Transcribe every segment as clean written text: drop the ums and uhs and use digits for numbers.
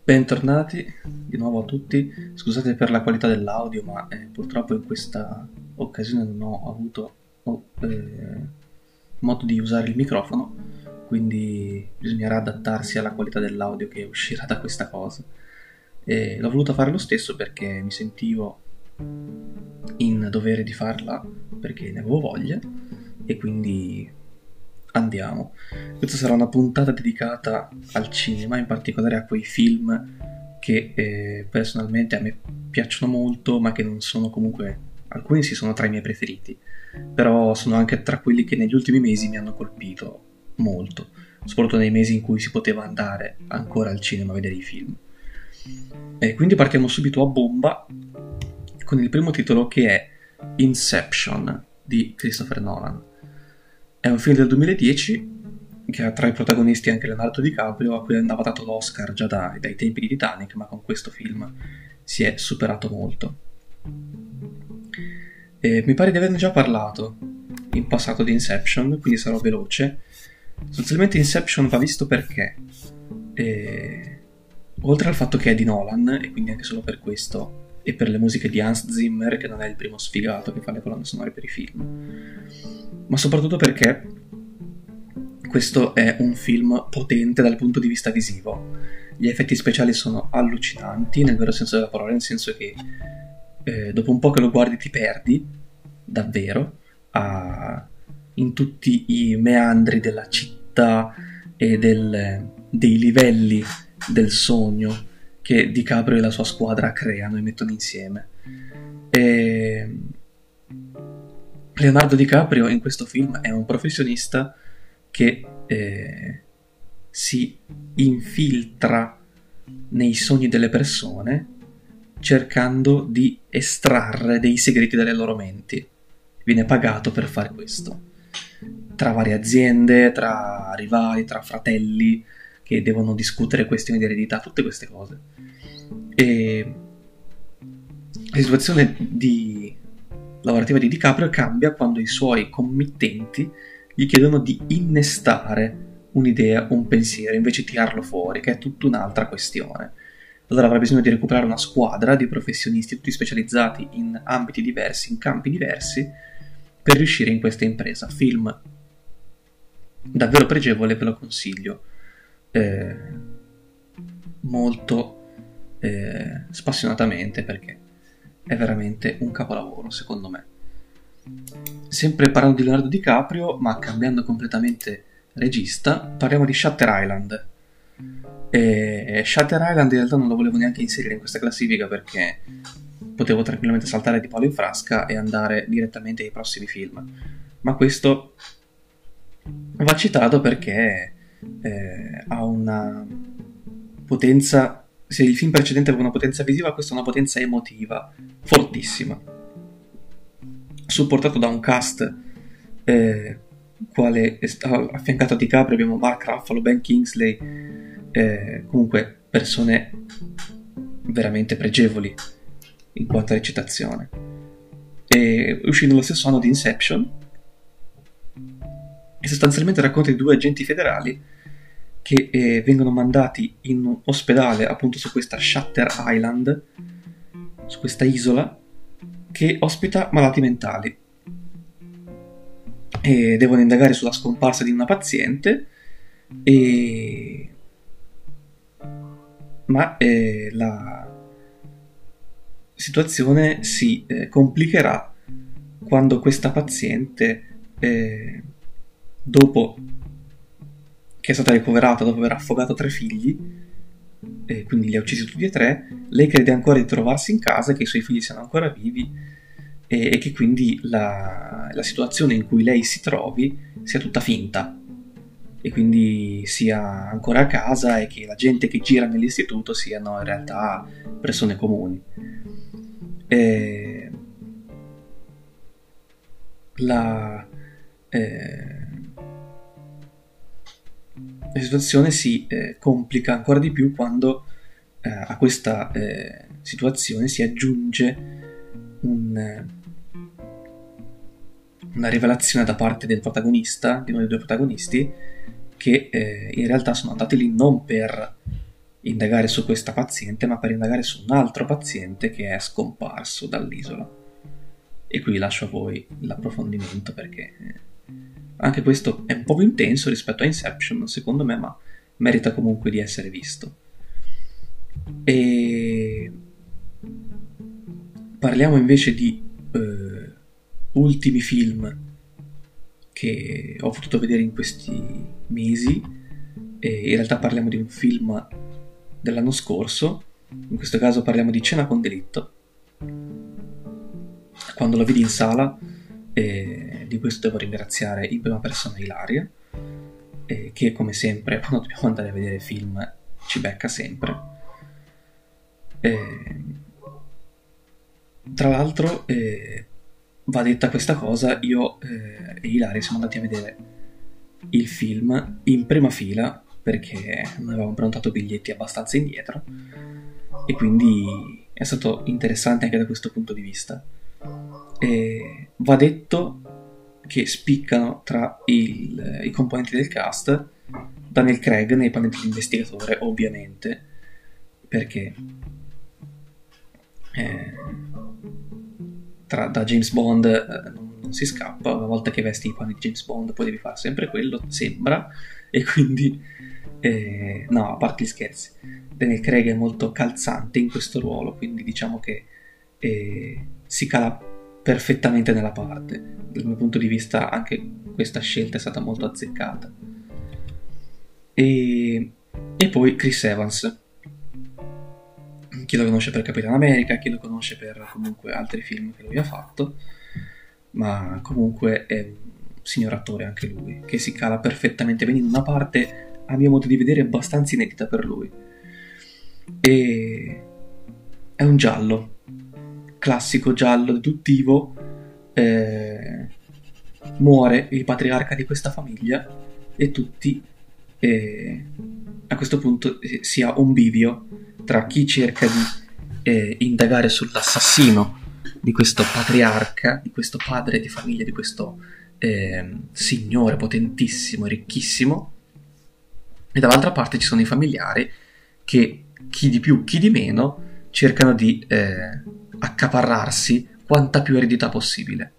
Bentornati di nuovo a tutti, scusate per la qualità dell'audio, ma purtroppo in questa occasione non ho avuto modo di usare il microfono, quindi bisognerà adattarsi alla qualità dell'audio che uscirà da questa cosa. E l'ho voluto fare lo stesso perché mi sentivo in dovere di farla, perché ne avevo voglia, e quindi andiamo. Questa sarà una puntata dedicata al cinema, in particolare a quei film che personalmente a me piacciono molto, ma che non sono comunque... Alcuni sì sono tra i miei preferiti, però sono anche tra quelli che negli ultimi mesi mi hanno colpito molto, soprattutto nei mesi in cui si poteva andare ancora al cinema a vedere i film. E quindi partiamo subito a bomba con il primo titolo, che è Inception di Christopher Nolan. È un film del 2010 che ha tra i protagonisti anche Leonardo DiCaprio, a cui andava dato l'Oscar già dai tempi di Titanic, ma con questo film si è superato molto. Mi pare di averne già parlato in passato di Inception, quindi sarò veloce. Sostanzialmente Inception va visto perché, oltre al fatto che è di Nolan, e quindi anche solo per questo, e per le musiche di Hans Zimmer, che non è il primo sfigato che fa le colonne sonore per i film, ma soprattutto perché questo è un film potente dal punto di vista visivo. Gli effetti speciali sono allucinanti nel vero senso della parola, nel senso che dopo un po' che lo guardi ti perdi davvero in tutti i meandri della città e dei livelli del sogno che DiCaprio e la sua squadra creano e mettono insieme. Leonardo DiCaprio in questo film è un professionista che si infiltra nei sogni delle persone cercando di estrarre dei segreti dalle loro menti. Viene pagato per fare questo. Tra varie aziende, tra rivali, tra fratelli che devono discutere questioni di eredità, tutte queste cose. E la situazione lavorativa di DiCaprio cambia quando i suoi committenti gli chiedono di innestare un'idea, un pensiero, invece di tirarlo fuori, che è tutta un'altra questione. Allora avrà bisogno di recuperare una squadra di professionisti, tutti specializzati in ambiti diversi, in campi diversi, per riuscire in questa impresa. Film davvero pregevole, ve lo consiglio. Molto spassionatamente, perché è veramente un capolavoro, secondo me. Sempre parlando di Leonardo DiCaprio, ma cambiando completamente regista, parliamo di Shutter Island. Shutter Island in realtà non lo volevo neanche inserire in questa classifica perché potevo tranquillamente saltare di palo in frasca e andare direttamente ai prossimi film, ma questo va citato perché ha una potenza. Se il film precedente aveva una potenza visiva, questo ha una potenza emotiva fortissima, supportato da un cast quale affiancato a DiCaprio abbiamo Mark Ruffalo, Ben Kingsley, comunque persone veramente pregevoli in quanto a recitazione. E uscì nello stesso anno di Inception e sostanzialmente racconta di due agenti federali che vengono mandati in un ospedale appunto su questa Shutter Island, su questa isola che ospita malati mentali, e devono indagare sulla scomparsa di una paziente ma la situazione si complicherà quando questa paziente, dopo che è stata ricoverata dopo aver affogato 3 figli, quindi li ha uccisi tutti e 3, lei crede ancora di trovarsi in casa, che i suoi figli siano ancora vivi e che quindi la situazione in cui lei si trovi sia tutta finta e quindi sia ancora a casa e che la gente che gira nell'istituto siano in realtà persone comuni. La situazione si complica ancora di più quando a questa situazione si aggiunge una rivelazione da parte del protagonista, di uno dei due protagonisti, che in realtà sono andati lì non per indagare su questa paziente, ma per indagare su un altro paziente che è scomparso dall'isola. E qui lascio a voi l'approfondimento perché anche questo è un po' più intenso rispetto a Inception, secondo me, ma merita comunque di essere visto. E parliamo invece di ultimi film che ho potuto vedere in questi mesi. E in realtà parliamo di un film dell'anno scorso, in questo caso parliamo di Cena con delitto. Quando lo vidi in sala, di questo devo ringraziare in prima persona Ilaria, che come sempre quando dobbiamo andare a vedere film ci becca sempre. Tra l'altro, va detta questa cosa, io e Ilaria siamo andati a vedere il film in prima fila perché non avevamo prenotato biglietti abbastanza indietro, e quindi è stato interessante anche da questo punto di vista. Va detto che spiccano tra i componenti del cast Daniel Craig nei panni dell'investigatore, ovviamente, perché da James Bond non si scappa. Una volta che vesti i panni di James Bond poi devi fare sempre quello, sembra, e quindi no, a parte gli scherzi, Daniel Craig è molto calzante in questo ruolo, quindi diciamo che si cala perfettamente nella parte. Dal mio punto di vista anche questa scelta è stata molto azzeccata. E poi Chris Evans, chi lo conosce per Capitan America, chi lo conosce per comunque altri film che lui ha fatto, ma comunque è un signor attore anche lui, che si cala perfettamente bene in una parte, a mio modo di vedere, abbastanza inedita per lui. E è un giallo, classico giallo deduttivo. Muore il patriarca di questa famiglia e tutti a questo punto si ha un bivio tra chi cerca di indagare sull'assassino di questo patriarca, di questo padre di famiglia, di questo signore potentissimo e ricchissimo, e dall'altra parte ci sono i familiari che, chi di più chi di meno, cercano di accaparrarsi quanta più eredità possibile.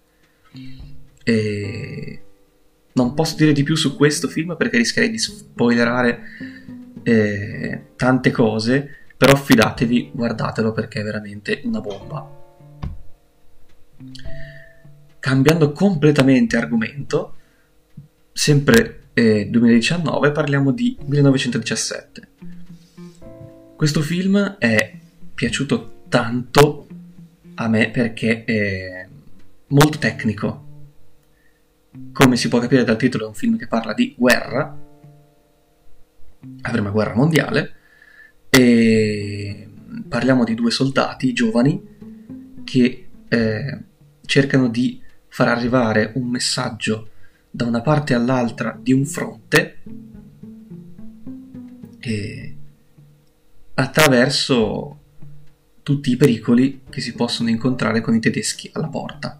E non posso dire di più su questo film perché rischierei di spoilerare tante cose, però fidatevi, guardatelo perché è veramente una bomba. Cambiando completamente argomento, sempre 2019, parliamo di 1917. Questo film è piaciuto tanto a me perché è molto tecnico. Come si può capire dal titolo, è un film che parla di guerra, la prima guerra mondiale, e parliamo di due soldati giovani che cercano di far arrivare un messaggio da una parte all'altra di un fronte attraverso tutti i pericoli che si possono incontrare con i tedeschi alla porta.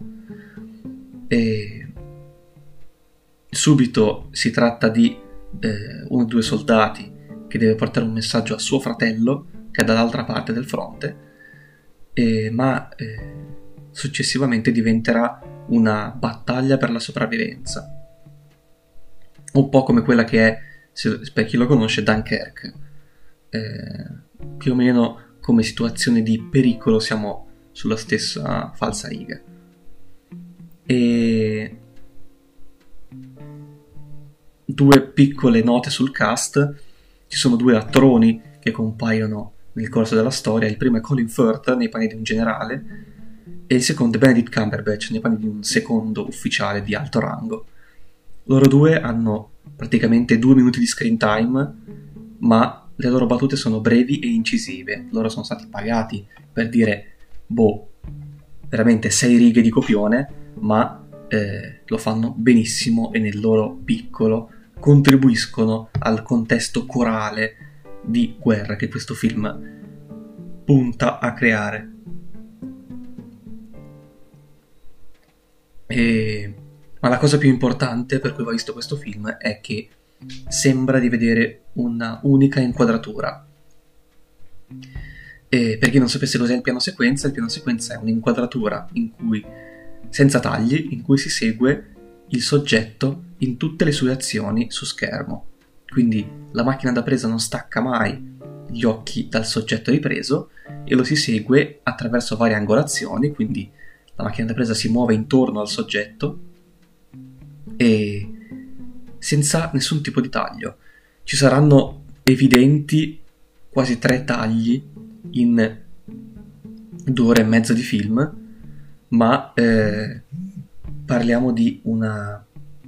E subito si tratta di uno o due soldati che deve portare un messaggio a suo fratello che è dall'altra parte del fronte, ma successivamente diventerà una battaglia per la sopravvivenza, un po' come quella che è, per chi lo conosce, Dunkirk. Più o meno come situazione di pericolo siamo sulla stessa falsariga. E due piccole note sul cast: ci sono due attoroni che compaiono nel corso della storia. Il primo è Colin Firth nei panni di un generale e il secondo è Benedict Cumberbatch nei panni di un secondo ufficiale di alto rango. Loro due hanno praticamente 2 minuti di screen time, ma le loro battute sono brevi e incisive. Loro sono stati pagati per dire veramente 6 righe di copione, ma lo fanno benissimo e nel loro piccolo contribuiscono al contesto corale di guerra che questo film punta a creare. Ma la cosa più importante per cui ho visto questo film è che sembra di vedere una unica inquadratura. E per chi non sapesse cos'è il piano sequenza è un'inquadratura in cui, senza tagli, in cui si segue il soggetto in tutte le sue azioni su schermo. Quindi la macchina da presa non stacca mai gli occhi dal soggetto ripreso e lo si segue attraverso varie angolazioni, quindi la macchina da presa si muove intorno al soggetto e senza nessun tipo di taglio. Ci saranno evidenti quasi 3 tagli in 2 ore e mezza di film, ma parliamo di una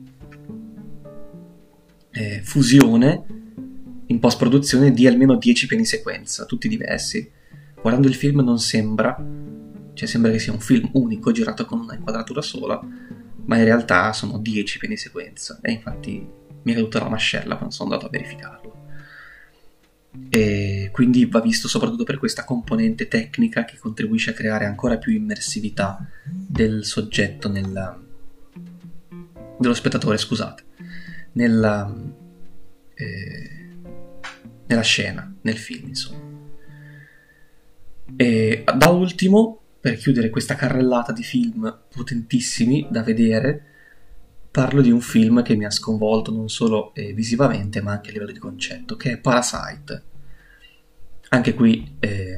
fusione in post-produzione di almeno 10 piani sequenza, tutti diversi. Guardando il film non sembra, cioè sembra che sia un film unico girato con una inquadratura sola, ma in realtà sono 10 piani sequenza e infatti mi è caduta la mascella quando sono andato a verificarlo. E quindi va visto soprattutto per questa componente tecnica che contribuisce a creare ancora più immersività del soggetto dello spettatore, scusate, nella scena, nel film, insomma. E da ultimo, per chiudere questa carrellata di film potentissimi da vedere, parlo di un film che mi ha sconvolto non solo visivamente ma anche a livello di concetto, che è Parasite. Anche qui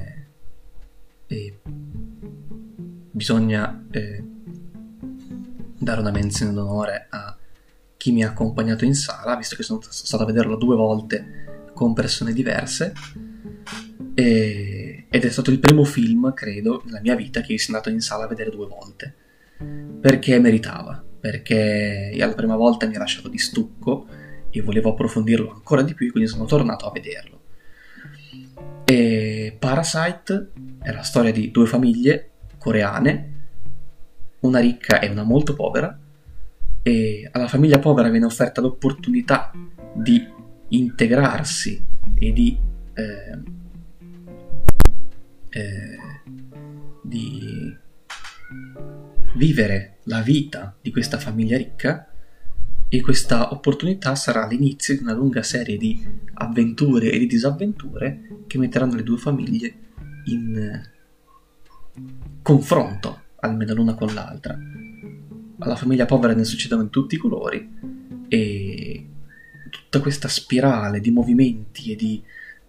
bisogna dare una menzione d'onore a chi mi ha accompagnato in sala, visto che sono stato a vederlo 2 volte con persone diverse, ed è stato il primo film, credo, nella mia vita che sono andato in sala a vedere 2 volte, perché meritava, perché alla prima volta mi ha lasciato di stucco e volevo approfondirlo ancora di più, quindi sono tornato a vederlo. E Parasite è la storia di 2 famiglie coreane, una ricca e una molto povera, e alla famiglia povera viene offerta l'opportunità di integrarsi e di vivere la vita di questa famiglia ricca, e questa opportunità sarà l'inizio di una lunga serie di avventure e di disavventure che metteranno le 2 famiglie in confronto, almeno l'una con l'altra. Alla famiglia povera ne succedono in tutti i colori e tutta questa spirale di movimenti e di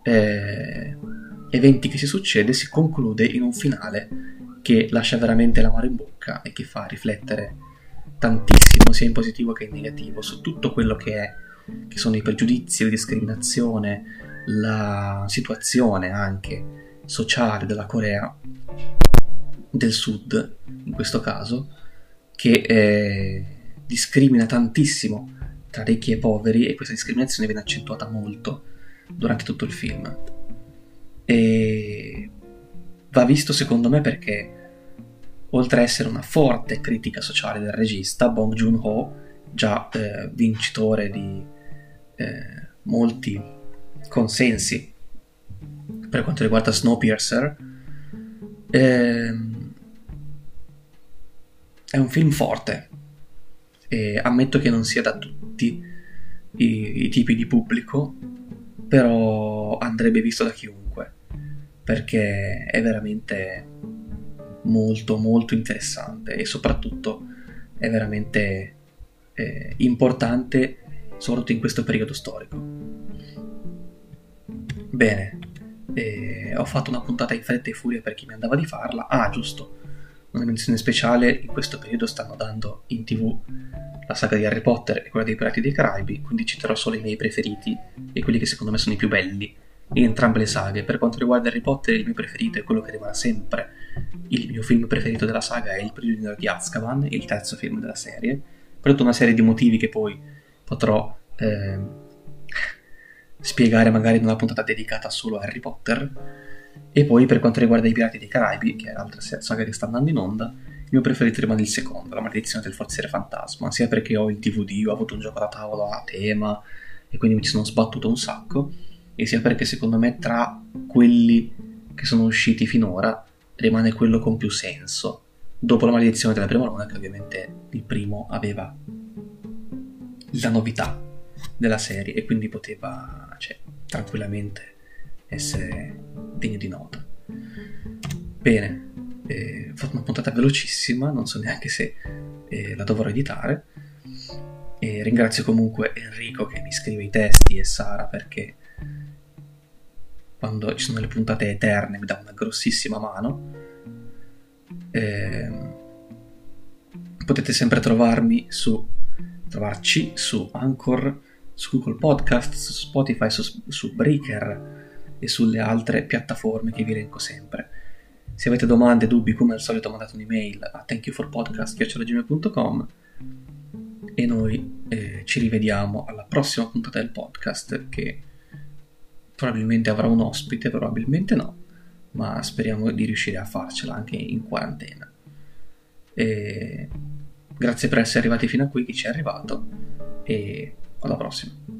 eventi che si succede si conclude in un finale che lascia veramente l'amaro in bocca e che fa riflettere tantissimo, sia in positivo che in negativo, su tutto quello che sono i pregiudizi, la discriminazione, la situazione anche sociale della Corea del Sud, in questo caso, che discrimina tantissimo tra ricchi e poveri, e questa discriminazione viene accentuata molto durante tutto il film. E va visto secondo me perché, oltre a essere una forte critica sociale del regista Bong Joon-ho, già vincitore di molti consensi per quanto riguarda Snowpiercer, è un film forte e ammetto che non sia da tutti i tipi di pubblico, però andrebbe visto da chiunque perché è veramente molto molto interessante e soprattutto è veramente importante, soprattutto in questo periodo storico. Bene, ho fatto una puntata in fretta e furia per chi mi andava di farla. Ah, giusto, una menzione speciale: in questo periodo stanno dando in TV la saga di Harry Potter e quella dei Pirati dei Caraibi, quindi citerò solo i miei preferiti e quelli che secondo me sono i più belli in entrambe le saghe. Per quanto riguarda Harry Potter, il mio preferito è quello che rimarrà sempre il mio film preferito della saga, è Il prigioniero di Azkaban, il terzo film della serie, per tutta una serie di motivi che poi potrò spiegare magari in una puntata dedicata solo a Harry Potter. E poi per quanto riguarda i Pirati dei Caraibi, che è l'altra saga che sta andando in onda, il mio preferito rimane il secondo, La maledizione del forziere fantasma, sia perché ho il DVD, ho avuto un gioco da tavolo a tema e quindi mi ci sono sbattuto un sacco, e sia perché secondo me tra quelli che sono usciti finora rimane quello con più senso, dopo La maledizione della prima luna, che ovviamente il primo aveva la novità della serie e quindi poteva, tranquillamente essere degno di nota. Bene, ho fatto una puntata velocissima, non so neanche se la dovrò editare. E ringrazio comunque Enrico che mi scrive i testi e Sara perché quando ci sono le puntate eterne mi dà una grossissima mano. Potete sempre trovarci su Anchor, su Google Podcast, su Spotify, su Breaker e sulle altre piattaforme che vi elenco sempre. Se avete domande, dubbi, come al solito mandate un'email a thankyouforpodcast@gmail.com e noi ci rivediamo alla prossima puntata del podcast, che probabilmente avrà un ospite, probabilmente no, ma speriamo di riuscire a farcela anche in quarantena. Grazie per essere arrivati fino a qui, chi ci è arrivato, e alla prossima.